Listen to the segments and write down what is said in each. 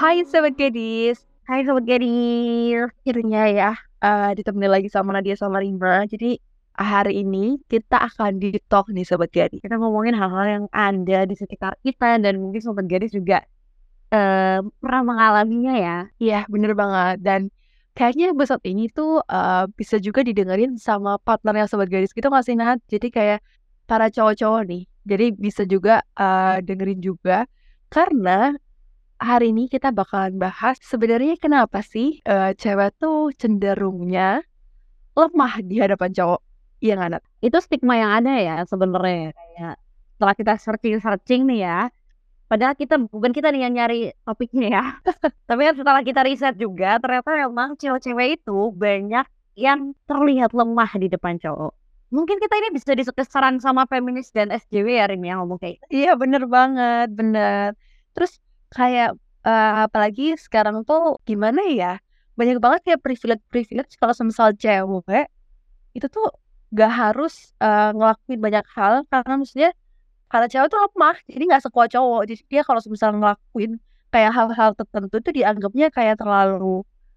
Hai Sobat Gadis, Hai Sobat Gadis. akhirnya ya ditemani lagi sama Nadia sama Rima. Jadi hari ini kita akan di talk nih Sobat Gadis. Kita ngomongin hal-hal yang ada di sekitar kita dan mungkin Sobat Gadis juga pernah mengalaminya ya. Iya bener banget. Dan kayaknya episode ini tuh bisa juga didengerin sama partnernya Sobat Gadis gitu nggak sih Nat? Jadi kayak para cowok-cowok nih. Jadi bisa juga dengerin juga. Karena hari ini kita bakalan bahas sebenarnya kenapa sih cewek tuh cenderungnya lemah di hadapan cowok. Iya nggak Nat? Itu stigma yang ada ya sebenarnya. Kayak setelah kita searching nih ya. Padahal kita bukan kita nih yang nyari topiknya ya. Tapi kan setelah kita riset juga ternyata memang cewek-cewek itu banyak yang terlihat lemah di depan cowok. Mungkin kita ini bisa diserang sama feminis dan SJW ya Rim yang ngomong kayak gitu. Iya bener banget, bener. Terus kayak apalagi sekarang tuh gimana ya? Banyak banget kayak privilege-privilege kalau semisal cewek itu tuh gak harus ngelakuin banyak hal karena maksudnya karena cewek tuh lemah, jadi gak sekuat cowok. Jadi dia kalau semisal ngelakuin kayak hal-hal tertentu itu dianggapnya kayak terlalu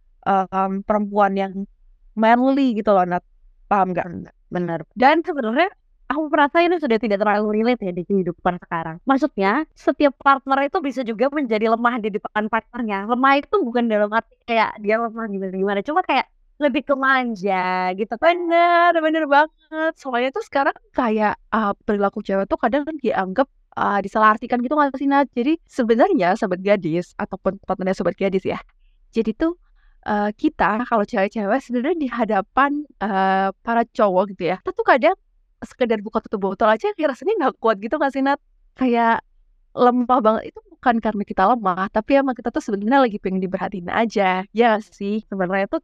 perempuan yang manly gitu loh, Nat. Paham gak? Benar. Dan sebenarnya aku merasa ini sudah tidak terlalu relate ya di kehidupan sekarang. Maksudnya setiap partner itu bisa juga menjadi lemah di depan partnernya. Lemah itu bukan dalam arti kayak dia lemah gimana-gimana. Cuma kayak lebih ke manja gitu kan. Bener, bener banget. Soalnya tuh sekarang kayak perilaku cewek tuh kadang kan dianggap disalahartikan gitu nggak sih, Nat? Jadi sebenarnya sobat gadis ataupun partnernya sobat gadis ya. Jadi tuh kita kalau cewek-cewek sebenarnya di hadapan para cowok gitu ya. Kita tuh kadang sekedar buka tutup botol aja kayak rasanya nggak kuat gitu nggak sih, Nat? Kayak lemah banget itu bukan karena kita lemah, tapi emang kita tuh sebenarnya lagi pengen diperhatiin aja. Ya nggak sih? Sebenarnya itu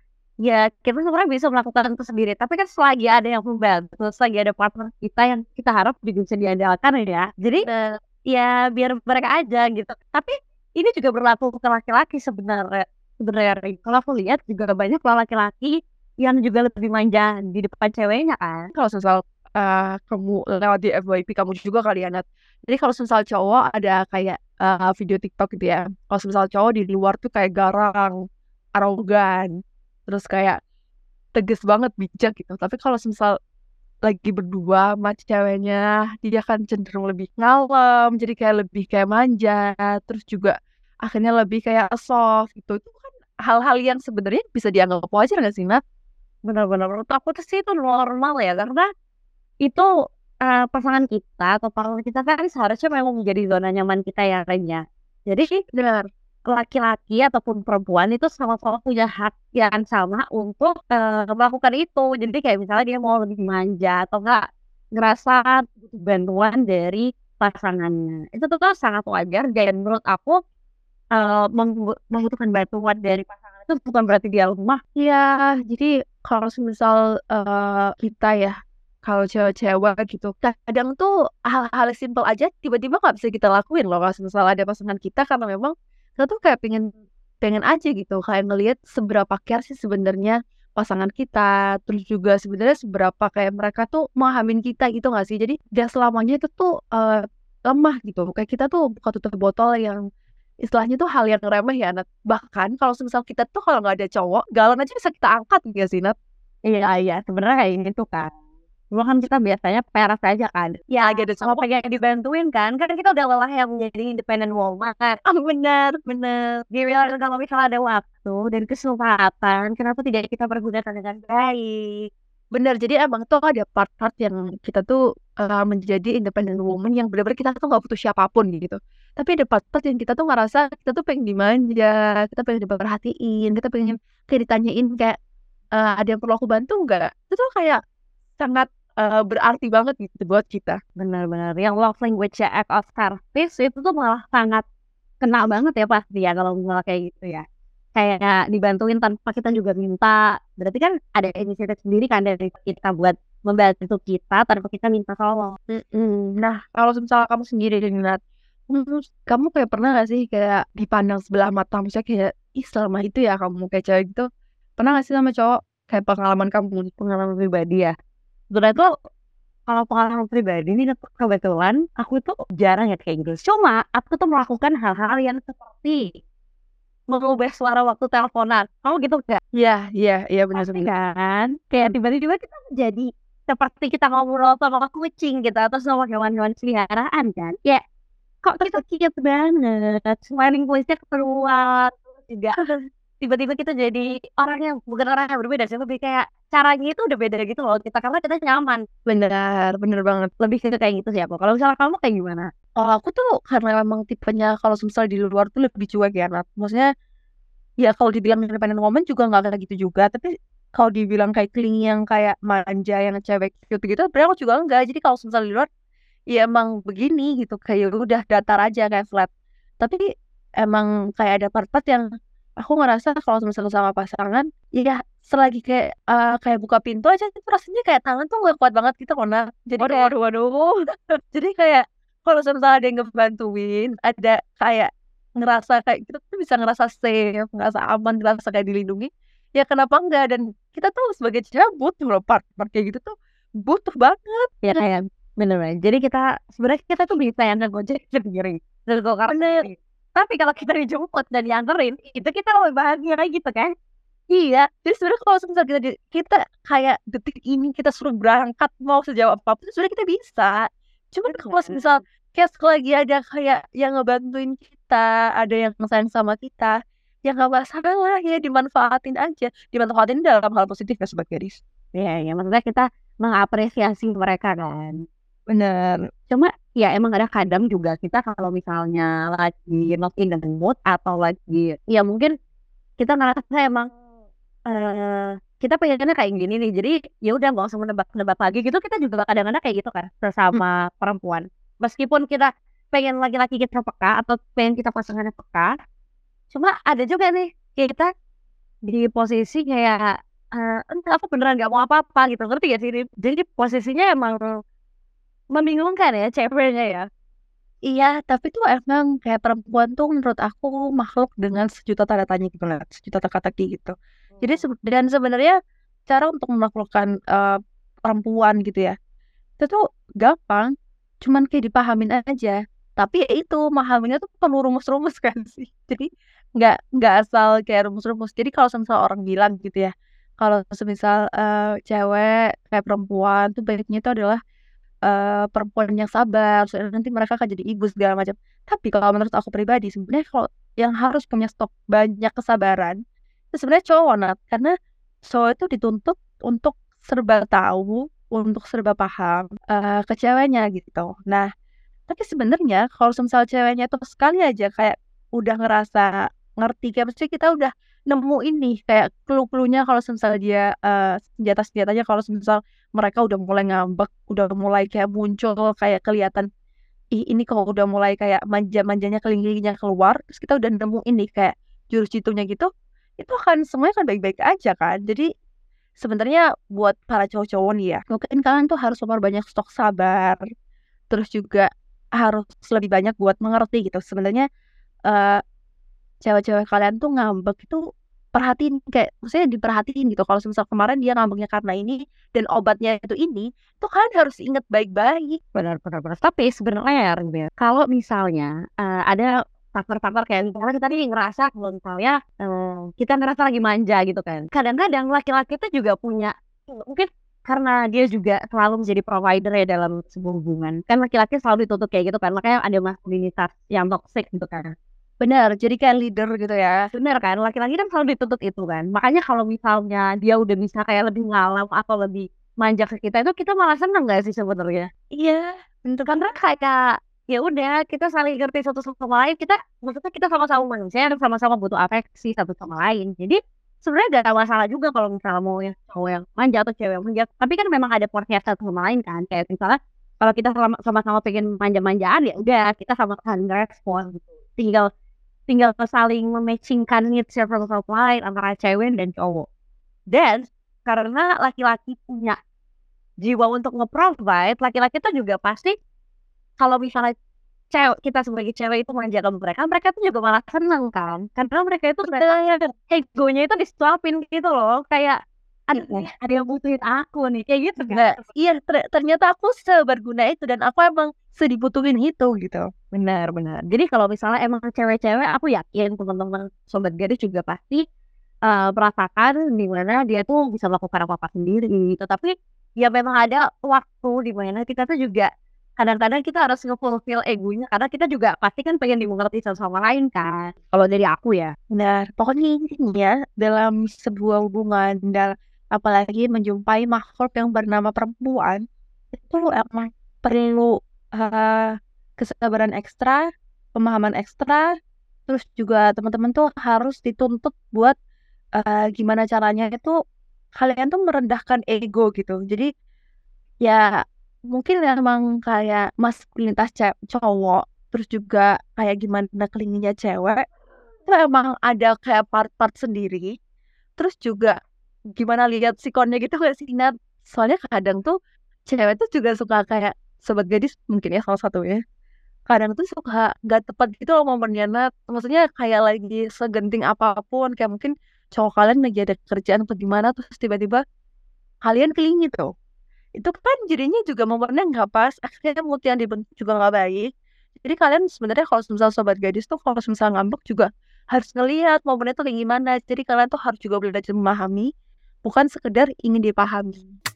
kita sebenarnya bisa melakukan itu sendiri. Tapi kan selagi ada yang membantu, selagi ada partner kita yang kita harap juga bisa diandalkan ya. Jadi ya biar mereka aja gitu. Tapi ini juga berlaku ke laki-laki sebenarnya. Sebenarnya Ri. Kalau aku lihat juga banyak loh laki-laki yang juga lebih manja di depan ceweknya kan. Kalau misal kamu lewat di FYP kamu juga kali ya Nat. Jadi kalau misal cowok ada kayak video TikTok gitu ya. Kalau misal cowok di luar tuh kayak garang, arogan, terus kayak tegas banget, bijak gitu. Tapi kalau misal lagi berdua sama ceweknya, dia kan cenderung lebih ngalem, jadi kayak lebih kayak manja, terus juga akhirnya lebih kayak soft gitu. Itu kan hal-hal yang sebenarnya bisa dianggap wajar nggak sih, Nat? Benar-benar menurut aku tuh sih itu normal ya karena itu pasangan kita atau partner kita kan seharusnya memang menjadi zona nyaman kita ya Ren ya. Jadi Benar. laki-laki ataupun perempuan itu sama-sama punya hak yang sama untuk melakukan itu. Jadi kayak misalnya dia mau lebih manja atau enggak ngerasa butuh bantuan dari pasangannya. Itu tuh sangat wajar dan menurut aku membutuhkan bantuan dari pasangan itu bukan berarti dia lemah. Iya, jadi kalau misal kita ya, kalau cewek-cewek gitu, kadang tuh hal-hal simpel aja tiba-tiba nggak bisa kita lakuin loh kalau misal ada pasangan kita karena memang kita tuh kayak pengen pengen aja gitu, kayak ngelihat seberapa care sih sebenarnya pasangan kita, terus juga sebenarnya seberapa kayak mereka tuh memahamin kita gitu nggak sih? Jadi gak selamanya itu tuh lemah gitu, kayak kita tuh buka tutup botol yang istilahnya tuh hal yang remeh ya, Nat. Bahkan kalau misal kita tuh kalau nggak ada cowok, galon aja bisa kita angkat gitu ya sih, Nat. Iya, iya, sebenarnya kayak ini tuh kan. Dulu kan kita biasanya peras aja kan. Ya, Lagi ada kalau cowok. pengen dibantuin kan, kan kita udah lelah yang menjadi independent woman kan. Ah, benar, benar. Giliran kalau misalnya ada waktu dan kesempatan, kenapa tidak kita pergunakan dengan baik? Benar, jadi emang tuh ada part-part yang kita tuh menjadi independent woman yang benar-benar kita tuh nggak butuh siapapun gitu. Tapi ada part-part yang kita tuh ngerasa kita tuh pengen dimanja, kita pengen diperhatiin, kita pengen kayak ditanyain kayak ada yang perlu aku bantu nggak? Itu tuh kayak sangat berarti banget gitu buat kita. Benar-benar. Yang love language ya act of service itu tuh malah sangat kena banget ya pasti ya kalau misalnya kayak gitu ya. Kayak dibantuin tanpa kita juga minta. Berarti kan ada inisiatif sendiri kan dari kita buat membantu kita tanpa kita minta tolong. Nah, kalau misalnya kamu sendiri nih, Nat, kamu kayak pernah gak sih kayak dipandang sebelah mata, misalnya kayak, ih selama itu ya kamu kayak cewek gitu, pernah gak sih sama cowok kayak pengalaman kamu nih? Pengalaman pribadi ya. Sebenarnya tuh kalau pengalaman pribadi ini kebetulan aku tuh jarang ya kayak gitu. Cuma aku tuh melakukan hal-hal yang seperti mengubah suara waktu teleponan. Kamu gitu gak? Iya benar Pasti benar. kan? Kayak tiba-tiba kita jadi seperti kita ngobrol sama kucing gitu atau sama hewan-hewan peliharaan kan. Ya kok kita cute banget, smiling voice-nya keluar, terus juga tiba-tiba kita jadi orang yang bukan orang yang berbeda sih, lebih kayak caranya itu udah beda gitu loh kita karena kita nyaman. Bener banget. Lebih ke kayak gitu sih aku. Kalau misalnya kamu kayak gimana? Kalau aku tuh karena memang tipenya kalau misal di luar tuh lebih cuek ya, Nat. Maksudnya ya kalau dibilang independent woman juga nggak kayak gitu juga, tapi kalau dibilang kayak clingy yang kayak manja yang cewek cute gitu, sebenarnya aku juga enggak. Jadi kalau misal di luar ya emang begini gitu, kayak udah datar aja kayak flat. Tapi emang kayak ada part-part yang aku ngerasa kalau misalnya sama pasangan, ya selagi kayak buka pintu aja itu rasanya kayak tangan tuh nggak kuat banget gitu karena jadi Waduh, kayak waduh, waduh. jadi kayak kalau misalnya ada yang ngebantuin, ada kayak ngerasa kayak kita tuh bisa ngerasa safe, ngerasa aman, ngerasa kayak dilindungi, ya kenapa enggak? Dan kita tuh sebagai cewek butuh loh part-part kayak gitu tuh butuh banget. Ya kayak bener-bener. Jadi sebenarnya kita tuh bisa yang ngegojek sendiri, ngegokar Bener. sendiri. Tapi kalau kita dijemput dan dianterin, itu kita lebih bahagia kayak gitu kan? Iya, jadi sebenarnya kalau misal kita kayak detik ini kita suruh berangkat mau sejauh apapun sebenarnya kita bisa. Cuman kalau misal Bener. kayak lagi ada kayak yang ngebantuin kita, ada yang sayang sama kita, ya nggak masalah ya dimanfaatin aja. Dimanfaatin dalam hal positif ya sebagai gadis. Ya, maksudnya kita mengapresiasi mereka kan. Bener. Cuma ya emang ada kadang juga kita kalau misalnya lagi not in the mood atau lagi ya mungkin kita ngerasa emang kita pengennya kayak gini nih. Jadi ya udah nggak usah menebak-nebak lagi gitu. Kita juga kadang-kadang kayak gitu kan Hmm. sesama perempuan. Meskipun kita pengen laki-laki kita peka atau pengen kita pasangannya peka, cuma ada juga nih kayak kita di posisi kayak enggak aku beneran nggak mau apa-apa gitu, ngerti gak sih? Jadi posisinya emang membingungkan ya ceweknya ya. Iya, tapi tuh emang kayak perempuan tuh menurut aku makhluk dengan sejuta tanda tanya gitu lah, sejuta teka-teki gitu. Jadi dan sebenarnya cara untuk menaklukkan perempuan gitu ya, itu tuh gampang, cuman kayak dipahamin aja. Tapi ya itu memahaminya tuh perlu rumus-rumus kan sih. Jadi nggak asal kayak rumus-rumus. Jadi kalau semisal orang bilang gitu ya, kalau semisal cewek kayak perempuan tuh baiknya itu adalah perempuan yang sabar, soalnya nanti mereka akan jadi ibu segala macam. Tapi kalau menurut aku pribadi sebenarnya kalau yang harus punya stok banyak kesabaran, itu sebenarnya cowok, Nat. Karena cowok itu dituntut untuk serba tahu, untuk serba paham, ke ceweknya gitu. Nah, tapi sebenarnya kalau semisal ceweknya tuh sekali aja kayak udah ngerasa ngerti, kayak maksudnya kita udah nemu ini kayak clue-cluenya kalau semisal dia, senjata-senjatanya kalau semisal mereka udah mulai ngambek, udah mulai kayak muncul kayak kelihatan, ih ini kok udah mulai kayak manja-manjanya kelingkingnya keluar, terus kita udah nemu ini kayak jurus jitunya gitu, itu akan semuanya kan baik-baik aja kan. Jadi sebenarnya buat para cowok-cowok nih ya, mungkin kalian tuh harus memperbanyak stok sabar, terus juga harus lebih banyak buat mengerti gitu. Sebenarnya, eee, cewek-cewek kalian tuh ngambek itu perhatiin kayak maksudnya diperhatiin gitu. Kalau semisal kemarin dia ngambeknya karena ini dan obatnya itu ini, itu kalian harus inget baik-baik. Benar. Tapi sebenarnya ya, Rinbir, kalau misalnya ada faktor-faktor kayak misalnya kita nih ngerasa kalau misalnya kita ngerasa lagi manja gitu kan. Kadang-kadang laki-laki itu juga punya mungkin karena dia juga selalu menjadi provider ya dalam sebuah hubungan. Kan laki-laki selalu dituntut kayak gitu kan. Makanya ada maskulinitas yang toxic gitu kan. Bener, jadi kayak leader gitu ya. Bener kan, laki-laki kan selalu dituntut itu kan. Makanya kalau misalnya dia udah bisa kayak lebih ngalah atau lebih manja ke kita itu kita malah seneng gak sih sebenarnya? Iya, bener Karena banget. kayak ya udah kita saling ngerti satu sama lain, kita maksudnya kita sama-sama manusia dan sama-sama butuh afeksi satu sama lain. Jadi sebenarnya gak ada masalah juga kalau misalnya mau yang cowok yang manja atau cewek yang manja. Tapi kan memang ada porsinya satu sama lain kan. Kayak misalnya kalau kita sama-sama pengen manja-manjaan ya udah kita sama-sama respon gitu. Tinggal tinggal saling mematchingkan needs satu sama lain antara cewek dan cowok. Dan karena laki-laki punya jiwa untuk nge-provide, laki-laki itu juga pasti kalau misalnya kita sebagai cewek itu manja ke mereka, mereka tuh juga malah seneng kan. Karena mereka itu Bener. egonya itu disuapin gitu loh. Kayak ada yang butuhin aku nih kayak gitu kan. Nah, iya ternyata aku seberguna itu dan aku emang sedibutuhin itu gitu. Benar-benar. Jadi kalau misalnya emang cewek-cewek, aku yakin teman-teman sobat gadis juga pasti merasakan di mana dia tuh bisa melakukan apa-apa sendiri. Tetapi ya memang ada waktu di mana kita tuh juga kadang-kadang kita harus nge-fulfill egonya karena kita juga pasti kan pengen dimengerti satu sama lain kan. Kalau dari aku ya. Benar, pokoknya intinya dalam sebuah hubungan dan apalagi menjumpai makhluk yang bernama perempuan itu emang perlu kesabaran ekstra, pemahaman ekstra, terus juga teman-teman tuh harus dituntut buat gimana caranya itu kalian tuh merendahkan ego gitu. Jadi ya mungkin emang kayak maskulinitas cowok, terus juga kayak gimana kelinginya cewek itu emang ada kayak part-part sendiri. Terus juga gimana lihat sikonnya gitu gak sih Nat? Soalnya kadang tuh cewek tuh juga suka kayak sobat gadis mungkin ya salah satunya. Kadang tuh suka gak tepat gitu loh momennya Nat. Maksudnya kayak lagi segenting apapun. Kayak mungkin cowok kalian lagi ada kerjaan atau gimana. Terus tiba-tiba kalian kelingi tuh. Itu kan jadinya juga momennya gak pas. Akhirnya mood yang dibentuk juga gak baik. Jadi kalian sebenarnya kalau misalnya sobat gadis tuh kalau misalnya ngambek juga harus ngelihat momennya tuh kayak gimana. Jadi kalian tuh harus juga belajar memahami, bukan sekedar ingin dipahami.